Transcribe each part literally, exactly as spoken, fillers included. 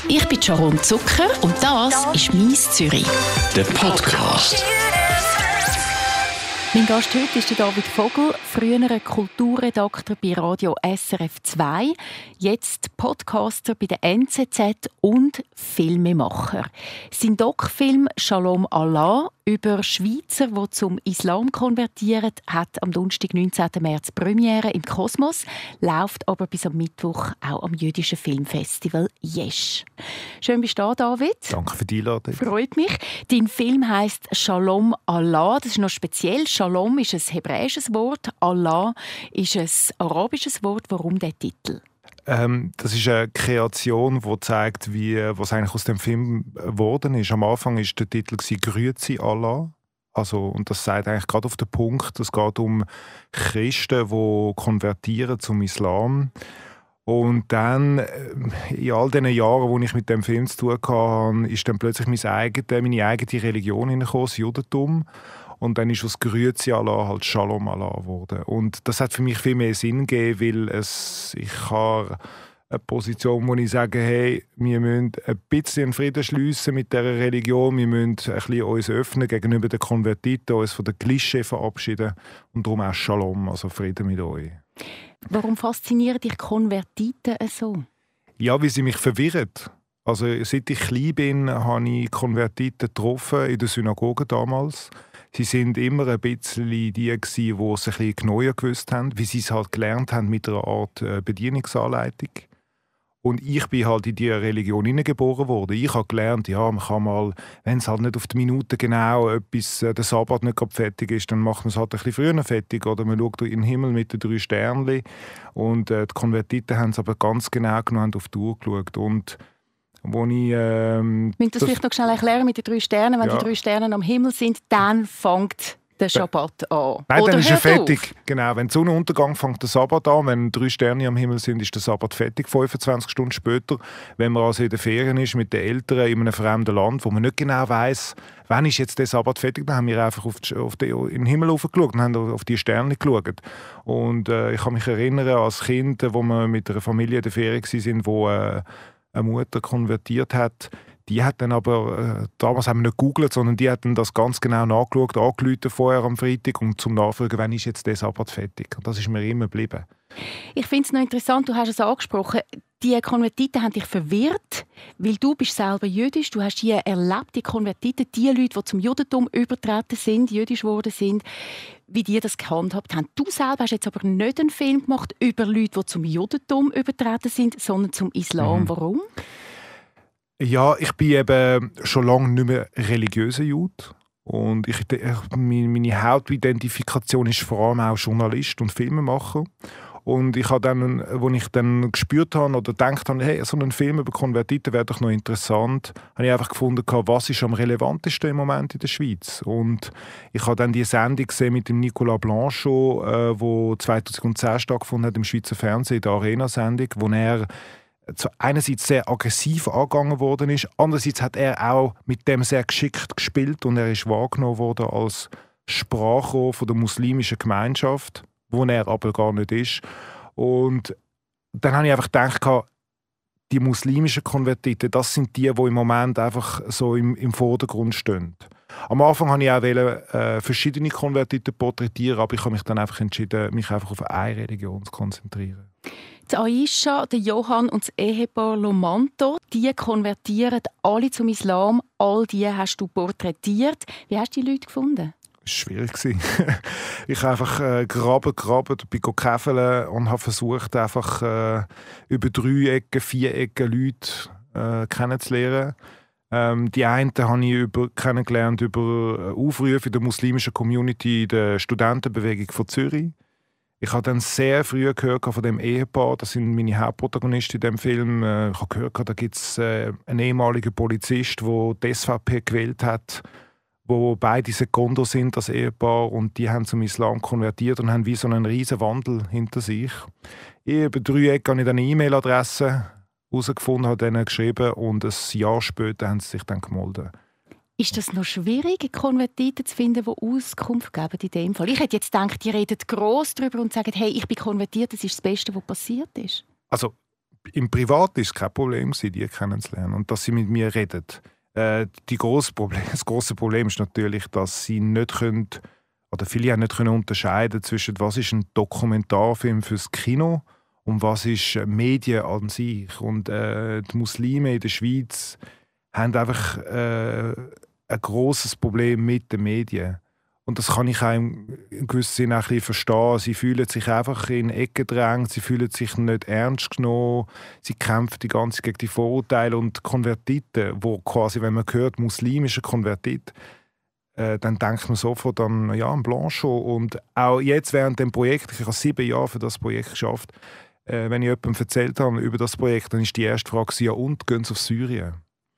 Ich bin Sharon Zucker und das ist «Mies Zürich». Der Podcast. Mein Gast heute ist David Vogel, früherer Kulturredakteur bei Radio S R F zwei, jetzt Podcaster bei der N Z Z und Filmemacher. Sein Doc-Film «Shalom Allah» über Schweizer, die zum Islam konvertieren, hat am Donnerstag, neunzehnten März Premiere im Kosmos, läuft aber bis am Mittwoch auch am jüdischen Filmfestival Yesh. Schön bist du da, David. Danke für die Einladung. Freut mich. Dein Film heisst «Shalom Allah». Das ist noch speziell. Shalom ist ein hebräisches Wort, Allah ist ein arabisches Wort. Warum der Titel? Ähm, das ist eine Kreation, die zeigt, wie, was eigentlich aus dem Film geworden ist. Am Anfang war der Titel «Grüezi Allah». Also, und das sagt eigentlich gerade auf den Punkt, es geht um Christen, die konvertieren zum Islam. Und dann, in all diesen Jahren, wo ich mit dem Film zu tun hatte, ist dann plötzlich meine eigene, meine eigene Religion hineingekommen, das Judentum. Und dann ist aus «Grüezi Allah» halt «Shalom Allah» geworden. Und das hat für mich viel mehr Sinn gegeben, weil es, ich habe eine Position, wo ich sage, hey, wir müssen ein bisschen einen Frieden schliessen mit dieser Religion, wir müssen ein bisschen uns öffnen gegenüber den Konvertiten, uns von den Klischees verabschieden und darum auch «Shalom», also Frieden mit euch. Warum faszinieren dich Konvertiten so? Ja, weil sie mich verwirren. Also, seit ich klein bin, habe ich Konvertiten getroffen, in der Synagoge damals. Sie sind immer ein bisschen die, die es ein bisschen genauer gewusst haben, wie sie es halt gelernt haben mit einer Art Bedienungsanleitung. Und ich bin halt in diese Religion hineingeboren worden. Ich habe gelernt, ja, man kann mal, wenn es halt nicht auf die Minute genau etwas, der Sabbat nicht gerade fertig ist, dann macht man es halt ein bisschen früher fertig. Oder man schaut in den Himmel mit den drei Sternchen. Und äh, die Konvertiten haben es aber ganz genau genommen, auf die Uhr geschaut. Und wo ich, ähm, Müssen das vielleicht noch schnell erklären mit den drei Sternen? Wenn ja. die drei Sterne am Himmel sind, dann fängt der Schabbat an. Nein, Oder dann ist er fertig. Auf? Genau, wenn der Sonnenuntergang fängt der Sabbat an. Wenn drei Sterne am Himmel sind, ist der Sabbat fertig, fünfundzwanzig Stunden später. Wenn man also in den Ferien ist mit den Eltern in einem fremden Land, wo man nicht genau weiss, wann ist jetzt der Sabbat fertig, dann haben wir einfach auf, die, auf den, in den Himmel hochgeschaut und haben auf die Sterne geschaut. Und äh, ich kann mich erinnern, als Kind, wo wir mit einer Familie in der Ferien waren, wo äh, eine Mutter konvertiert hat, die hat dann aber, äh, damals haben wir nicht gegoogelt, sondern die hat dann das ganz genau nachgeschaut, angerufen vorher am Freitag und zum Nachfragen, wann ist jetzt der Sabbat fertig. Und das ist mir immer geblieben. Ich finde es noch interessant, du hast es angesprochen, die Konvertiten haben dich verwirrt, weil du bist selber jüdisch, du hast hier erlebt, die Konvertiten, die Leute, die zum Judentum übertreten sind, jüdisch geworden sind, wie die das gehandhabt haben. Du selber hast jetzt aber nicht einen Film gemacht über Leute, die zum Judentum übertreten sind, sondern zum Islam. Mhm. Warum? Ja, ich bin eben schon lange nicht mehr religiöser Jude. Und ich, meine Hauptidentifikation ist vor allem auch Journalist und Filmemacher. Und ich habe dann, als ich dann gespürt habe oder gedacht habe, hey, so ein Film über Konvertiten wäre doch noch interessant, habe ich einfach gefunden, was ist am relevantesten im Moment in der Schweiz. Und ich habe dann die Sendung gesehen mit dem Nicolas Blanchot, äh, wo zweitausendzehn stattgefunden hat im Schweizer Fernsehen, in der Arena-Sendung, wo er einerseits sehr aggressiv angegangen worden ist, andererseits hat er auch mit dem sehr geschickt gespielt und er ist wahrgenommen worden als Sprachrohr von der muslimischen Gemeinschaft, wo er aber gar nicht ist. Und dann habe ich einfach gedacht, die muslimischen Konvertiten, das sind die, die im Moment einfach so im, im Vordergrund stehen. Am Anfang wollte ich auch wollen, äh, verschiedene Konvertiten porträtieren, aber ich habe mich dann einfach entschieden, mich einfach auf eine Religion zu konzentrieren. Die Aisha, der Johann und das Ehepaar Lomanto, die konvertieren alle zum Islam. All die hast du porträtiert. Wie hast du die Leute gefunden? Das war schwierig. Ich habe einfach äh, graben, graben, bin käfeln und habe versucht, einfach äh, über drei Ecken, vier Ecken Leute äh, kennenzulernen. Ähm, die einen habe ich über, kennengelernt über Aufrufe in der muslimischen Community in der Studentenbewegung von Zürich. Ich habe dann sehr früh gehört von dem Ehepaar, das sind meine Hauptprotagonisten in dem Film. Ich habe gehört, da gibt es einen ehemaligen Polizist, der die S V P gewählt hat, wo beide Sekondo sind, das Ehepaar, und die haben zum Islam konvertiert und haben wie so einen riesen Wandel hinter sich. Ich über drei Ecken habe ich dann eine E-Mail-Adresse herausgefunden, habe denen geschrieben und ein Jahr später haben sie sich dann gemeldet. Ist das noch schwierig, Konvertiten zu finden, die Auskunft geben in dem Fall? Ich hätte jetzt gedacht, die reden gross darüber und sagen, hey, ich bin konvertiert, das ist das Beste, was passiert ist. Also im Privat ist es kein Problem, die kennenzulernen und dass sie mit mir reden. Äh, die grosse Problem, das grosse Problem ist natürlich, dass sie nicht können, oder viele haben nicht können unterscheiden zwischen was ist ein Dokumentarfilm fürs Kino und was ist Medien an sich. Und äh, die Muslime in der Schweiz haben einfach äh, ein grosses Problem mit den Medien. Und das kann ich auch im gewissen Sinne auch ein bisschen verstehen. Sie fühlen sich einfach in Ecken gedrängt, sie fühlen sich nicht ernst genommen, sie kämpfen die ganze Zeit gegen die Vorurteile. Und Konvertiten, wo quasi, wenn man hört, muslimischer Konvertit, äh, dann denkt man sofort an, ja, an Blanchot. Und auch jetzt während dem Projekt, ich habe sieben Jahre für das Projekt geschafft, äh, wenn ich jemandem erzählt habe über das Projekt, dann ist die erste Frage, ja und, gehen Sie auf Syrien?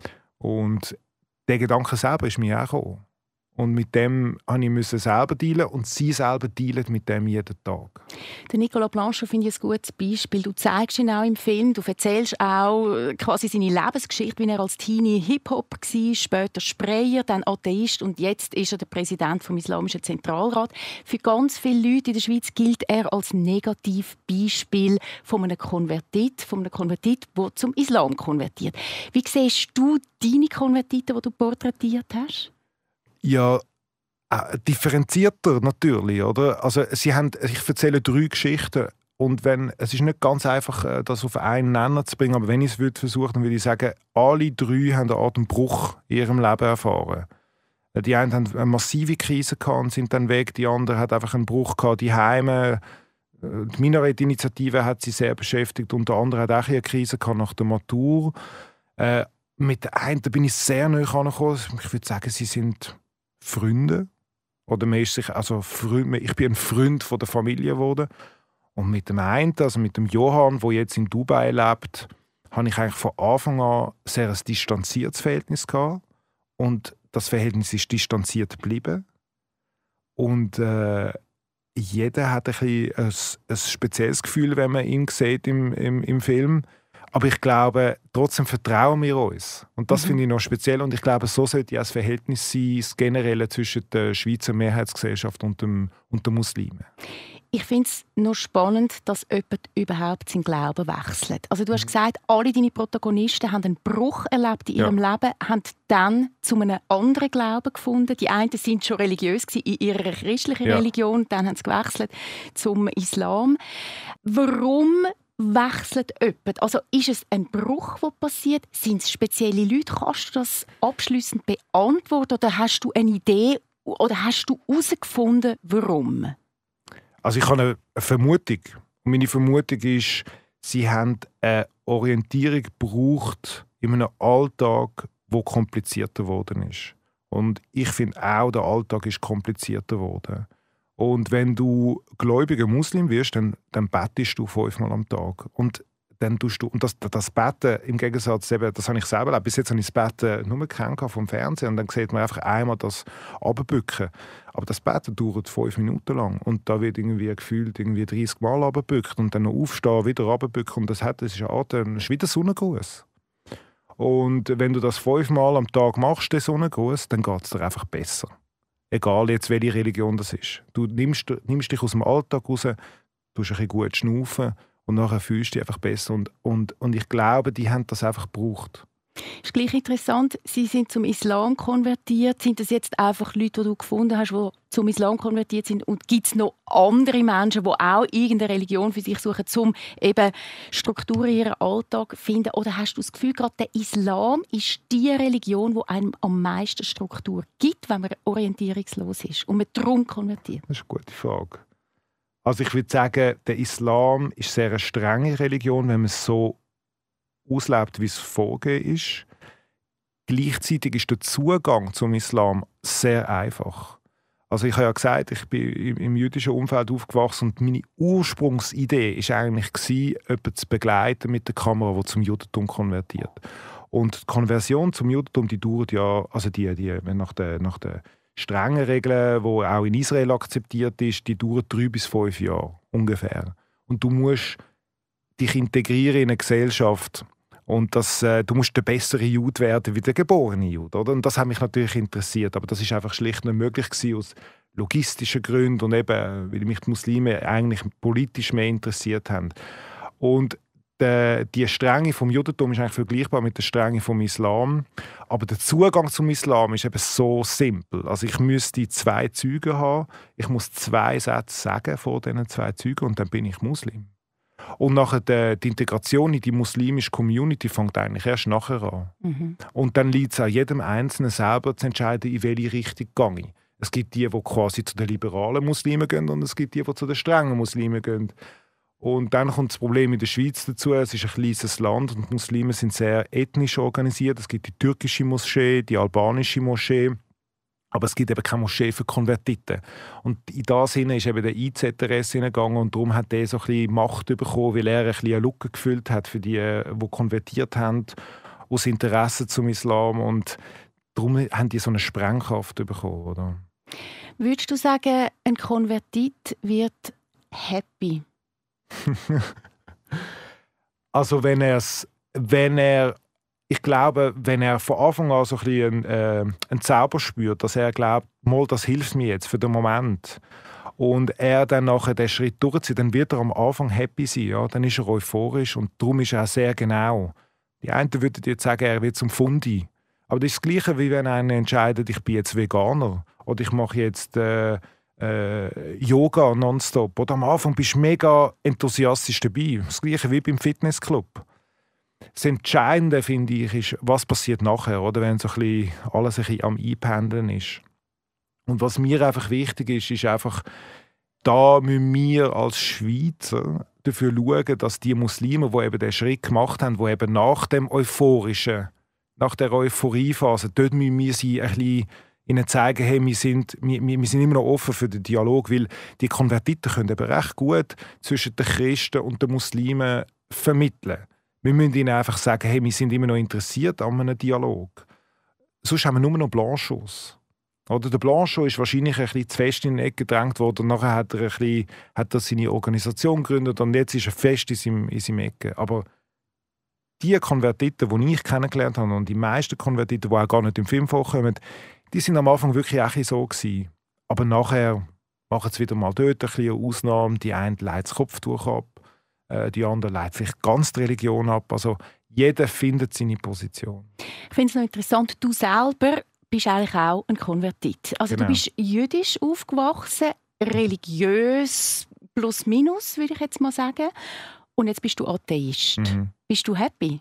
Und der Gedanke selber ist mir auch gekommen. Und mit dem musste ich selber dealen und sie selber dealen mit dem jeden Tag. Der Nicolas Blanchot finde ich ein gutes Beispiel. Du zeigst ihn auch im Film, du erzählst auch quasi seine Lebensgeschichte, wie er als Teenie Hip-Hop war, später Sprayer, dann Atheist und jetzt ist er der Präsident vom Islamischen Zentralrat. Für ganz viele Leute in der Schweiz gilt er als Negativbeispiel von einem Konvertit, von einem Konvertit, der zum Islam konvertiert. Wie siehst du deine Konvertiten, die du porträtiert hast? Ja, äh, differenzierter natürlich, oder? Also sie haben, ich erzähle drei Geschichten und wenn, es ist nicht ganz einfach, das auf einen Nenner zu bringen, aber wenn ich es versuche, dann würde ich sagen, alle drei haben eine Art Bruch in ihrem Leben erfahren. Die einen haben eine massive Krise gehabt und sind dann weg, die anderen hat einfach einen Bruch gehabt, die Heime. Die Minarett-Initiative hat sie sehr beschäftigt, unter anderem hat auch eine Krise gehabt nach der Matur. Äh, mit der einen da bin ich sehr nahe angekommen. Ich würde sagen, sie sind Freunde. Oder man ist sich, also Freund, ich bin ein Freund von der Familie geworden. Und mit dem einen, also mit dem Johann, der jetzt in Dubai lebt, habe ich eigentlich von Anfang an sehr ein distanziertes Verhältnis gehabt. Und das Verhältnis ist distanziert geblieben. Und äh, jeder hat ein, bisschen ein, ein spezielles Gefühl, wenn man ihn sieht im, im, im Film. Aber ich glaube, trotzdem vertrauen wir uns. Und das mhm. finde ich noch speziell. Und ich glaube, so sollte ja das Verhältnis sein, das Generelle zwischen der Schweizer Mehrheitsgesellschaft und, dem, und den Muslimen. Ich finde es noch spannend, dass jemand überhaupt seinen Glauben wechselt. Also du hast gesagt, alle deine Protagonisten haben einen Bruch erlebt in ihrem ja. Leben, haben dann zu einem anderen Glauben gefunden. Die einen sind schon religiös gewesen, in ihrer christlichen ja. Religion, dann haben sie gewechselt zum Islam. Warum wechselt jemand? Also ist es ein Bruch, der passiert? Sind es spezielle Leute? Kannst du das abschliessend beantworten? Oder hast du eine Idee? Oder hast du herausgefunden, warum? Also ich habe eine Vermutung. Und meine Vermutung ist, sie haben eine Orientierung gebraucht in einem Alltag, der komplizierter geworden ist. Und ich finde auch, der Alltag ist komplizierter geworden. Und wenn du gläubiger Muslim wirst, dann, dann bettest du fünfmal am Tag. Und dann tust du, und das, das Betten, im Gegensatz, eben, das habe ich selber auch, bis jetzt habe ich das Betten nur gekannt vom Fernsehen und dann sieht man einfach einmal das Runterbücken. Aber das Betten dauert fünf Minuten lang und da wird irgendwie gefühlt irgendwie dreißig Mal runterbückt und dann noch aufstehen, wieder runterbücken und das, hat, das ist eine Art, das ist wie der Sonnengruß. Und wenn du das fünfmal am Tag machst, den Sonnengruß, dann geht es dir einfach besser. Egal jetzt, welche Religion das ist. Du nimmst, nimmst dich aus dem Alltag raus, tust ein bisschen gut schnaufen und nachher fühlst du dich einfach besser. Und, und, und ich glaube, die haben das einfach gebraucht. Das ist gleich interessant, Sie sind zum Islam konvertiert. Sind das jetzt einfach Leute, die du gefunden hast, die zum Islam konvertiert sind? Und gibt es noch andere Menschen, die auch irgendeine Religion für sich suchen, um eben Strukturen in ihren Alltag zu finden? Oder hast du das Gefühl, gerade der Islam ist die Religion, die einem am meisten Struktur gibt, wenn man orientierungslos ist und man darum konvertiert? Das ist eine gute Frage. Also ich würde sagen, der Islam ist sehr eine strenge Religion, wenn man es so auslebt, wie es vorgegeben ist. Gleichzeitig ist der Zugang zum Islam sehr einfach. Also ich habe ja gesagt, ich bin im jüdischen Umfeld aufgewachsen und meine Ursprungsidee war eigentlich, jemanden zu begleiten mit der Kamera, der zum Judentum konvertiert. Und die Konversion zum Judentum, die dauert ja, also die, die nach der, nach der strengen Regeln, die auch in Israel akzeptiert ist, die dauert drei bis fünf Jahre ungefähr. Und du musst dich integrieren in eine Gesellschaft. Und das, äh, du musst der bessere Jude werden wie der geborene Jude. Oder? Und das hat mich natürlich interessiert. Aber das ist einfach schlicht nicht möglich gewesen, aus logistischen Gründen und eben, weil mich die Muslime eigentlich politisch mehr interessiert haben. Und Die, die Strenge vom Judentum ist eigentlich vergleichbar mit der Strenge vom Islam. Aber der Zugang zum Islam ist eben so simpel. Also ich müsste zwei Zeugen haben. Ich muss zwei Sätze sagen vor diesen zwei Zeugen und dann bin ich Muslim. Und nachher die, die Integration in die muslimische Community fängt eigentlich erst nachher an. Mhm. Und dann liegt es an jedem Einzelnen selber zu entscheiden, in welche Richtung gehe ich. Es gibt die, die quasi zu den liberalen Muslimen gehen und es gibt die, die zu den strengen Muslimen gehen. Und dann kommt das Problem in der Schweiz dazu. Es ist ein kleines Land und die Muslime sind sehr ethnisch organisiert. Es gibt die türkische Moschee, die albanische Moschee. Aber es gibt eben keine Moschee für Konvertiten. Und in das Sinne ist eben der I Z R S hineingegangen und darum hat er so ein bisschen Macht bekommen, weil er ein bisschen eine Lücke gefüllt hat für die, die konvertiert haben, aus Interesse zum Islam. Und darum haben die so eine Sprengkraft bekommen. Oder? Würdest du sagen, ein Konvertit wird happy? Also wenn, er's, wenn er, ich glaube, wenn er von Anfang an so ein bisschen einen, äh, einen Zauber spürt, dass er glaubt, mal, das hilft mir jetzt für den Moment und er dann nachher den Schritt durchzieht, dann wird er am Anfang happy sein, ja? Dann ist er euphorisch und darum ist er auch sehr genau. Die einen würden jetzt sagen, er wird zum Fundi, aber das ist das Gleiche, wie wenn einer entscheidet, ich bin jetzt Veganer oder ich mache jetzt äh, Äh, Yoga nonstop. Oder am Anfang bist du mega enthusiastisch dabei. Das Gleiche wie beim Fitnessclub. Das Entscheidende, finde ich, ist, was passiert nachher, oder? Wenn so ein bisschen alles ein bisschen am Einpendeln ist. Und was mir einfach wichtig ist, ist einfach, da müssen wir als Schweizer dafür schauen, dass die Muslime, die eben den Schritt gemacht haben, die eben nach dem Euphorischen, nach der Euphoriephase, dort müssen wir sie ein bisschen ihnen zeigen, hey, wir sind, wir, wir sind immer noch offen für den Dialog, weil die Konvertiten können eben recht gut zwischen den Christen und den Muslimen vermitteln. Wir müssen ihnen einfach sagen, hey, wir sind immer noch interessiert an einem Dialog. Sonst haben wir nur noch Blanchos. Oder der Blanchot ist wahrscheinlich ein bisschen zu fest in die Ecke gedrängt worden und nachher hat er, ein bisschen, hat er seine Organisation gegründet und jetzt ist er fest in seinem, in seinem Ecke. Aber die Konvertiten, die ich kennengelernt habe und die meisten Konvertiten, die auch gar nicht im Film vorkommen, die sind am Anfang wirklich auch so gewesen. Aber nachher machen sie wieder mal dort ein bisschen eine Ausnahme. Die eine leitet das Kopftuch ab, äh, die andere leitet vielleicht ganz die Religion ab. Also jeder findet seine Position. Ich finde es noch interessant, du selber bist eigentlich auch ein Konvertit. Also genau. Du bist jüdisch aufgewachsen, religiös plus minus, würde ich jetzt mal sagen. Und jetzt bist du Atheist. Mhm. Bist du happy?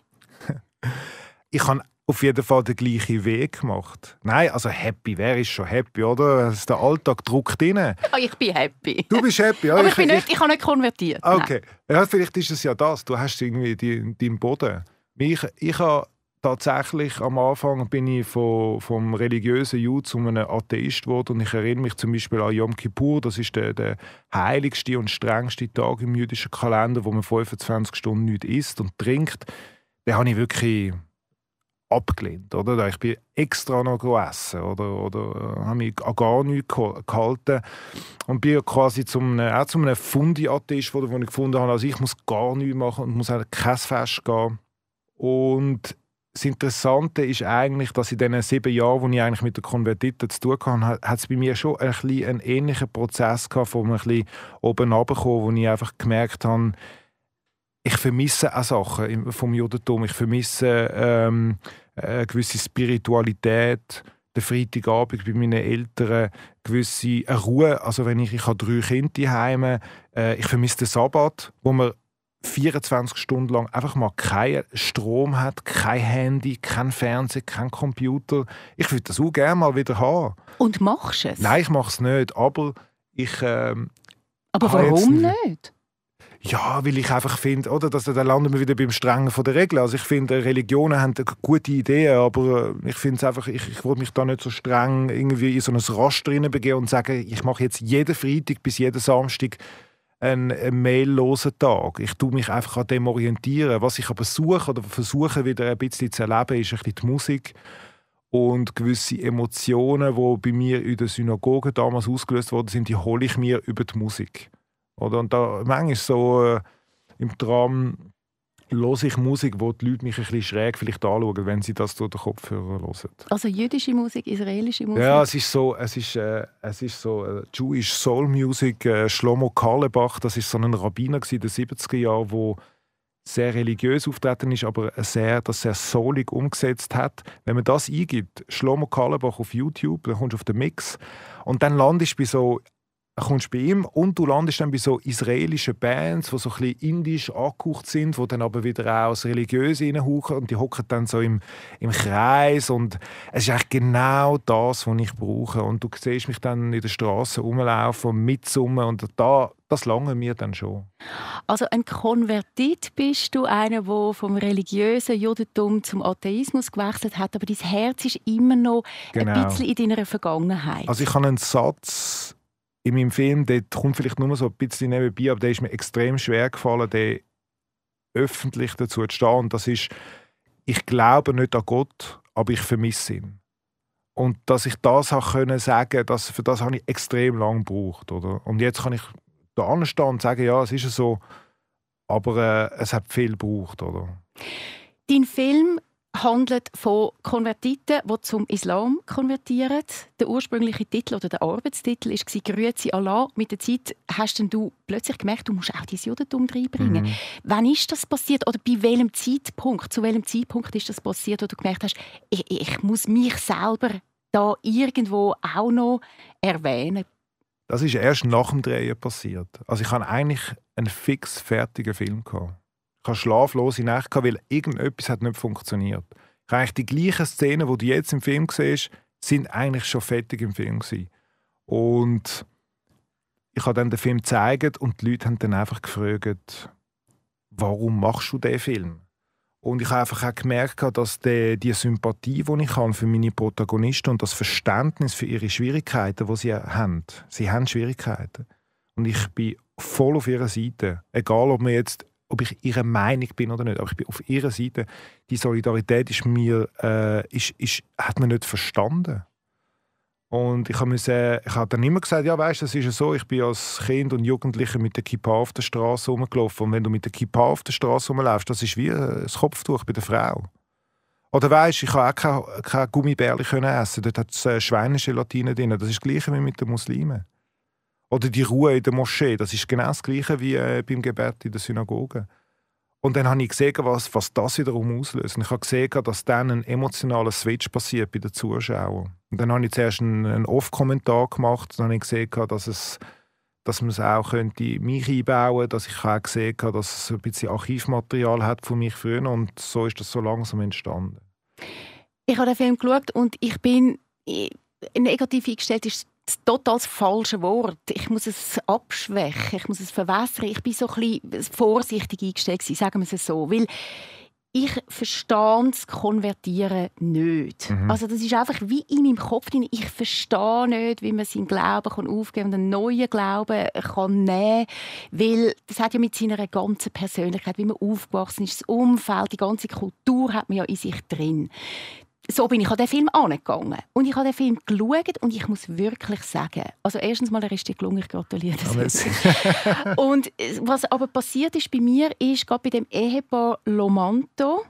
Ich habe auf jeden Fall den gleichen Weg gemacht. Nein, also happy, wer ist schon happy, oder? Der Alltag drückt rein. Oh, ich bin happy. Du bist happy, ja? Aber ich, bin nicht, ich, ich habe nicht konvertiert. Okay, ja, vielleicht ist es ja das. Du hast irgendwie deinen Boden. Ich, ich habe tatsächlich am Anfang bin ich von, vom religiösen Jude zu einem Atheist geworden. Und ich erinnere mich zum Beispiel an Yom Kippur. Das ist der, der heiligste und strengste Tag im jüdischen Kalender, wo man fünfundzwanzig Stunden nichts isst und trinkt. Den habe ich wirklich abgelehnt. Oder? Ich bin extra noch gegessen oder, oder habe mich an gar nichts gehalten und bin quasi zum, auch zu einem Fundi-Atheist geworden, wo ich gefunden habe, also ich muss gar nichts machen und muss auch kein Fest gehen. Und das Interessante ist eigentlich, dass in diesen sieben Jahren, wo ich eigentlich mit den Konvertiten zu tun hatte, hat es bei mir schon ein bisschen einen ähnlichen Prozess gehabt, von ein bisschen oben runtergekommen, wo ich einfach gemerkt habe, ich vermisse auch Sachen vom Judentum. Ich vermisse ähm, eine gewisse Spiritualität, den Freitagabend bei meinen Eltern, gewisse eine Ruhe. Also wenn ich, ich habe drei Kinder zu Hause, äh, ich vermisse den Sabbat, wo man vierundzwanzig Stunden lang einfach mal keinen Strom hat, kein Handy, kein Fernseher, kein Computer. Ich würde das auch gerne mal wieder haben. Und machst du es? Nein, ich mache es nicht, aber ich... Ähm, aber warum nicht? Ja, weil ich einfach finde, oder, dass da landen wir wieder beim Strengen von der Regeln. Also ich finde, Religionen haben gute Ideen, aber ich finde es einfach, ich, ich will mich da nicht so streng irgendwie in so ein Raster hineinbegeben und sagen, ich mache jetzt jeden Freitag bis jeden Samstag einen, einen maillosen Tag. Ich tue mich einfach an dem orientieren. Was ich aber suche oder versuche wieder ein bisschen zu erleben, ist ein bisschen die Musik und gewisse Emotionen, die bei mir in der Synagoge damals ausgelöst worden sind, die hole ich mir über die Musik. Oder? Und da manchmal so äh, im Tram höre ich Musik, wo die Leute mich ein bisschen schräg vielleicht anschauen, wenn sie das durch den Kopfhörer hören. Also jüdische Musik, israelische Musik? Ja, es ist so, es ist, äh, es ist so äh, Jewish Soul Music. Äh, Shlomo Carlebach, das ist so ein Rabbiner in den siebziger Jahren, der sehr religiös auftreten ist, aber sehr, das sehr soulig umgesetzt hat. Wenn man das eingibt, Shlomo Carlebach auf YouTube, dann kommst du auf den Mix und dann landest du bei so, kommst bei ihm und du landest dann bei so israelischen Bands, die so ein bisschen indisch angehaucht sind, die dann aber wieder auch das Religiöse reinhauchen und die hocken dann so im, im Kreis und es ist eigentlich genau das, was ich brauche und du siehst mich dann in der Straße rumlaufen und mitsummen und da, das lange mir dann schon. Also ein Konvertit bist du, einer, der vom religiösen Judentum zum Atheismus gewechselt hat, aber dein Herz ist immer noch genau. ein bisschen in deiner Vergangenheit. Also ich habe einen Satz in meinem Film, der kommt vielleicht nur so ein bisschen nebenbei, aber der ist mir extrem schwer gefallen, den öffentlich dazu zu stehen. Und das ist, ich glaube nicht an Gott, aber ich vermisse ihn. Und dass ich das auch können sagen, das, für das habe ich extrem lange gebraucht. Oder? Und jetzt kann ich da anstehen und sagen, ja, es ist so, aber äh, es hat viel gebraucht. Oder? Dein Film handelt von Konvertiten, die zum Islam konvertieren. Der ursprüngliche Titel oder der Arbeitstitel war «Grüezi Allah». Mit der Zeit hast du plötzlich gemerkt, du musst auch dein Judentum reinbringen. Mhm. Wann ist das passiert oder bei welchem Zeitpunkt, zu welchem Zeitpunkt ist das passiert, wo du gemerkt hast, ich, ich muss mich selber da irgendwo auch noch erwähnen? Das ist erst nach dem Drehen passiert. Also ich hatte eigentlich einen fix fertigen Film gehabt. Ich hatte schlaflose Nächte, weil irgendetwas hat nicht funktioniert. Ich habe eigentlich die gleichen Szenen, die du jetzt im Film siehst, sind eigentlich schon fertig im Film gewesen. Und ich habe dann den Film gezeigt und die Leute haben dann einfach gefragt, warum machst du diesen Film? Und ich habe einfach auch gemerkt, dass die, die Sympathie, die ich habe für meine Protagonisten und das Verständnis für ihre Schwierigkeiten, die sie haben, sie haben Schwierigkeiten. Und ich bin voll auf ihrer Seite. Egal, ob mir jetzt ob ich ihrer Meinung bin oder nicht, aber ich bin auf ihrer Seite. Die Solidarität ist mir, äh, ist, ist, hat man nicht verstanden. Und ich habe hab dann immer gesagt, ja weißt, das ist ja so, ich bin als Kind und Jugendlicher mit der Kippa auf der Straße rumgelaufen und wenn du mit der Kippa auf der Straße rumläufst, das ist wie das Kopftuch bei der Frau. Oder weisst, ich konnte auch keine, keine Gummibärchen essen, dort hat es äh, Schweinegelatine drin, das ist das Gleiche wie mit den Muslimen. Oder die Ruhe in der Moschee, das ist genau das Gleiche wie äh, beim Gebet in der Synagoge. Und dann habe ich gesehen, was, was das wiederum auslöst. Und ich habe gesehen, dass dann ein emotionaler Switch passiert bei den Zuschauern. Und dann habe ich zuerst einen, einen Off-Kommentar gemacht. Dann habe ich gesehen, dass, es, dass man es auch könnte mich einbauen könnte. Dass ich auch gesehen habe, dass es ein bisschen Archivmaterial hat von mich früher. Und so ist das so langsam entstanden. Ich habe den Film geschaut und ich bin negativ eingestellt. Ist total das falsche Wort. Ich muss es abschwächen, ich muss es verwässern. Ich bin so ein bisschen vorsichtig eingestellt, sagen wir es so. Weil ich verstehe das Konvertieren nicht. Mhm. Also das ist einfach wie in meinem Kopf drin. Ich verstehe nicht, wie man seinen Glauben kann aufgeben und einen neuen Glauben kann nehmen kann. Weil das hat ja mit seiner ganzen Persönlichkeit, wie man aufgewachsen ist, das Umfeld, die ganze Kultur hat man ja in sich drin. So bin ich an den Film angegangen. Und ich habe den Film geschaut und ich muss wirklich sagen, also erstens mal, er ist dir gelungen, ich gratuliere. Ja, und was aber passiert ist bei mir, ist gerade bei dem Ehepaar Lomanto,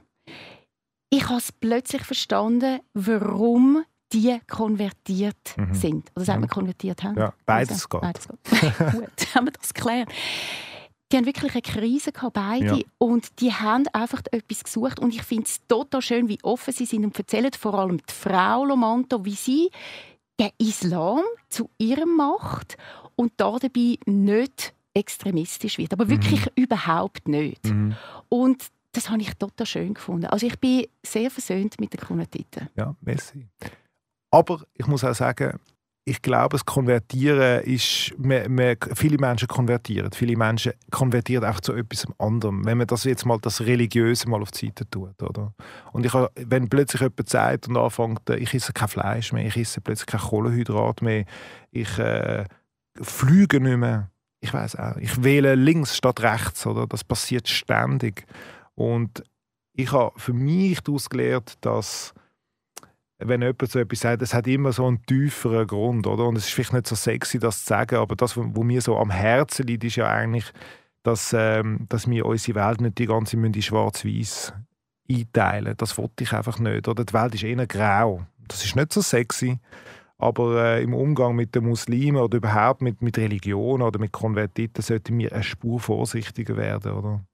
ich habe es plötzlich verstanden, warum die konvertiert mhm. sind. Oder sagen wir konvertiert haben? Ja, beides geht. Beides geht. Gut, haben wir das geklärt. Die haben wirklich eine Krise gehabt, beide. Ja. Und die haben einfach etwas gesucht. Und ich finde es total schön, wie offen sie sind und erzählen vor allem die Frau Lomanto, wie sie den Islam zu ihrem macht und da dabei nicht extremistisch wird. Aber wirklich mhm. überhaupt nicht. Mhm. Und das habe ich total schön gefunden. Also ich bin sehr versöhnt mit den Konvertiten. Ja, merci. Aber ich muss auch sagen, ich glaube, das Konvertieren ist, man, man, viele Menschen konvertieren. Viele Menschen konvertieren auch zu etwas anderem. Wenn man das jetzt mal das Religiöse mal auf die Seite tut, oder? Und ich, wenn plötzlich jemand sagt und anfängt, ich esse kein Fleisch mehr, ich esse plötzlich kein Kohlenhydrat mehr, ich äh, fliege nicht mehr, ich weiß auch, ich wähle links statt rechts, oder? Das passiert ständig. Und ich habe für mich daraus gelernt, dass wenn jemand so etwas sagt, es hat immer so einen tieferen Grund, oder? Und es ist vielleicht nicht so sexy, das zu sagen, aber das, was mir so am Herzen liegt, ist ja eigentlich, dass, ähm, dass wir unsere Welt nicht die ganze in schwarz-weiß einteilen. Das wollte ich einfach nicht. Oder? Die Welt ist eher grau. Das ist nicht so sexy, aber äh, im Umgang mit den Muslimen oder überhaupt mit, mit Religion oder mit Konvertiten sollten wir eine Spur vorsichtiger werden, oder?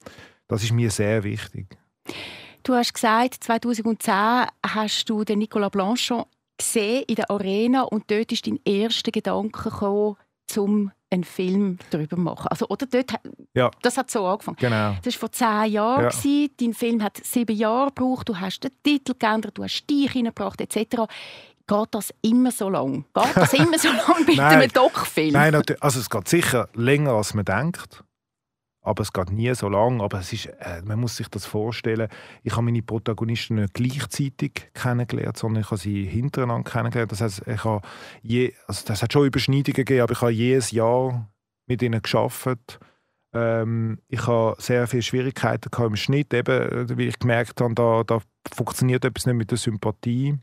Das ist mir sehr wichtig. Du hast gesagt, zweitausendzehn hast du den Nicolas Blanchon gesehen in der Arena und dort ist dein erster Gedanke gekommen, um einen Film darüber zu machen. Also, oder dort, ja. Das hat so angefangen. Genau. Das war vor zehn Jahren. Ja. Dein Film hat sieben Jahre gebraucht. Du hast den Titel geändert, du hast dich hineingebracht et cetera. Geht das immer so lang? Geht das immer so lang mit einem Doc-Film? Nein, also es geht sicher länger, als man denkt. Aber es geht nie so lang. Aber es ist, äh, man muss sich das vorstellen. Ich habe meine Protagonisten nicht gleichzeitig kennengelernt, sondern ich habe sie hintereinander kennengelernt. Das heißt, ich habe je, also das hat schon Überschneidungen gegeben, aber ich habe jedes Jahr mit ihnen gearbeitet. Ähm, ich habe sehr viele Schwierigkeiten gehabt im Schnitt, eben, weil ich gemerkt habe, da, da funktioniert etwas nicht mit der Sympathie.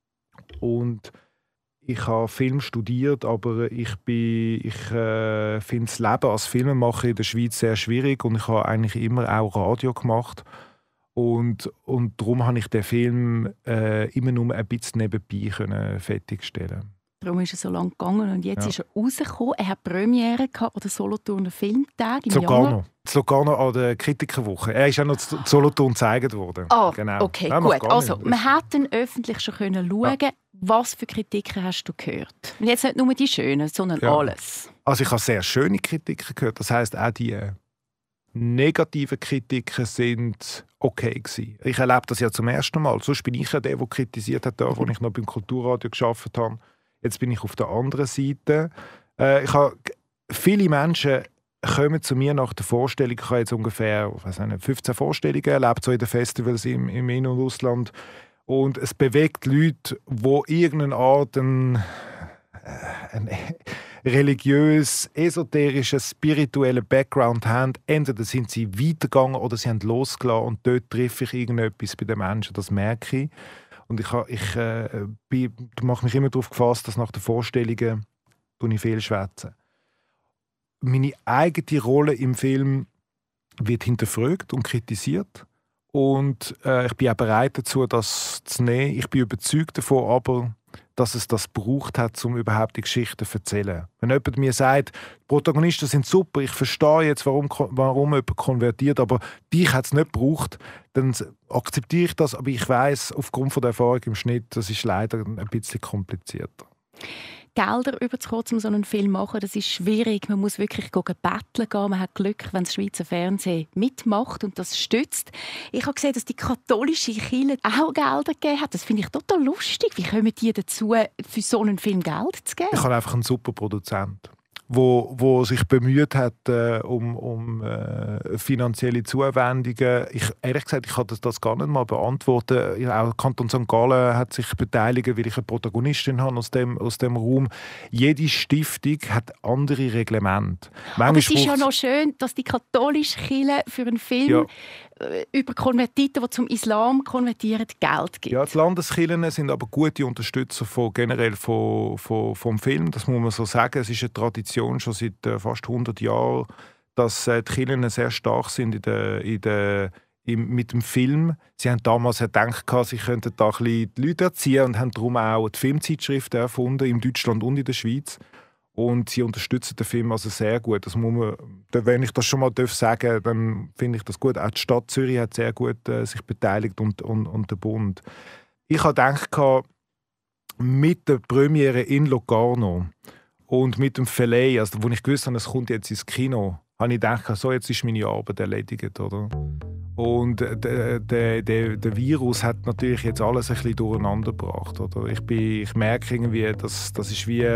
Und ich habe Film studiert, aber ich, ich äh, finde das Leben als Filmemacher in der Schweiz sehr schwierig und ich habe eigentlich immer auch Radio gemacht. Und, und darum konnte ich den Film äh, immer nur ein bisschen nebenbei können fertigstellen. Darum ist er so lange gegangen und jetzt ja. ist er rausgekommen. Er hat Premiere gehabt an der Solothurner Filmtag im Locarno. Januar. Locarno an der Kritikerwoche. Er ist auch noch zu Solothurn gezeigt worden. Ah, genau. Okay, ja, gut. Also, man hätte öffentlich schon können schauen, ja. Was für Kritiken hast du gehört? Und jetzt nicht nur die schönen, sondern ja. alles. Also ich habe sehr schöne Kritiken gehört. Das heisst, auch die äh, negativen Kritiken sind okay gewesen. Ich erlebe das ja zum ersten Mal. Sonst bin ich ja der, der kritisiert hat, da, wo ich noch beim Kulturradio gearbeitet habe. Jetzt bin ich auf der anderen Seite. Äh, ich habe, viele Menschen kommen zu mir nach der Vorstellung. Ich habe jetzt ungefähr ich nicht, fünfzehn Vorstellungen erlebt, so in den Festivals im, im In- und Ausland. Und es bewegt Leute, die irgendeine Art einen, einen religiös, esoterischen, spirituellen Background haben. Entweder sind sie weitergegangen oder sie haben losgelassen und dort treffe ich irgendetwas bei den Menschen. Das merke ich. Und ich, ich äh, mache mich immer darauf gefasst, dass nach den Vorstellungen ich viel schwätze. Meine eigene Rolle im Film wird hinterfragt und kritisiert. Und äh, ich bin auch bereit dazu, das zu nehmen. Ich bin überzeugt davon, aber, dass es das gebraucht hat, um überhaupt die Geschichte zu erzählen. Wenn jemand mir sagt, die Protagonisten sind super, ich verstehe jetzt, warum, warum jemand konvertiert, aber dich hat es nicht gebraucht, dann akzeptiere ich das. Aber ich weiss, aufgrund von der Erfahrung im Schnitt, das ist leider ein bisschen komplizierter. Gelder überzukommen, um so einen Film zu machen, das ist schwierig. Man muss wirklich betteln gehen. Man hat Glück, wenn das Schweizer Fernsehen mitmacht und das stützt. Ich habe gesehen, dass die katholische Kirche auch Gelder gegeben hat. Das finde ich total lustig. Wie kommen die dazu, für so einen Film Geld zu geben? Ich habe einfach einen super Produzent, wo, wo sich bemüht hat äh, um, um äh, finanzielle Zuwendungen. Ich, ehrlich gesagt, ich kann das, das gar nicht mal beantworten. Auch Kanton Sankt Gallen hat sich beteiligt, weil ich eine Protagonistin habe aus dem, aus dem Raum. Jede Stiftung hat andere Reglemente. Aber es ist ja noch schön, dass die katholische Kirche für einen Film ja. über Konvertiten, die zum Islam konvertieren, Geld gibt. Ja, die Landeskirchen sind aber gute Unterstützer von, generell von, von, vom Film. Das muss man so sagen. Es ist eine Tradition schon seit äh, fast hundert Jahren, dass äh, die Kirchen sehr stark sind in der, in der, im, mit dem Film. Sie haben damals gedacht, sie könnten da ein bisschen die Leute erziehen und haben darum auch die Filmzeitschriften erfunden, in Deutschland und in der Schweiz. Und sie unterstützen den Film also sehr gut. Das muss man, wenn ich das schon mal sagen darf, dann finde ich das gut. Auch die Stadt Zürich hat sehr gut äh, sich beteiligt und, und, und der Bund. Ich habe gedacht, mit der Premiere in Locarno und mit dem Verleih, also wo ich gewusst habe, es kommt jetzt ins Kino, habe ich gedacht, so, jetzt ist meine Arbeit erledigt. Oder? Und der, der, der, der Virus hat natürlich jetzt alles ein bisschen durcheinander gebracht. Oder? Ich, bin, ich merke irgendwie, dass das ist wie...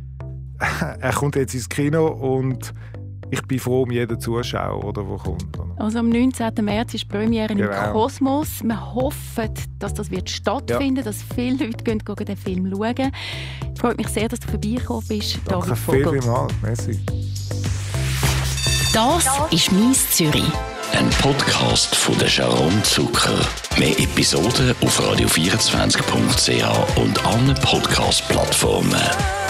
er kommt jetzt ins Kino und ich bin froh um jeden Zuschauer, oder, der kommt. Also am neunzehnten März ist die Premiere genau. im Kosmos. Wir hoffen, dass das wird stattfinden, ja. dass viele Leute gehen, gehen den Film schauen. Es freut mich sehr, dass du vorbeigekommen bist. Danke vielmals. Merci. Das ist «Mies Zürich». Ein Podcast von der Sharon Zucker. Mehr Episoden auf radio vierundzwanzig punkt c h und allen Podcast-Plattformen.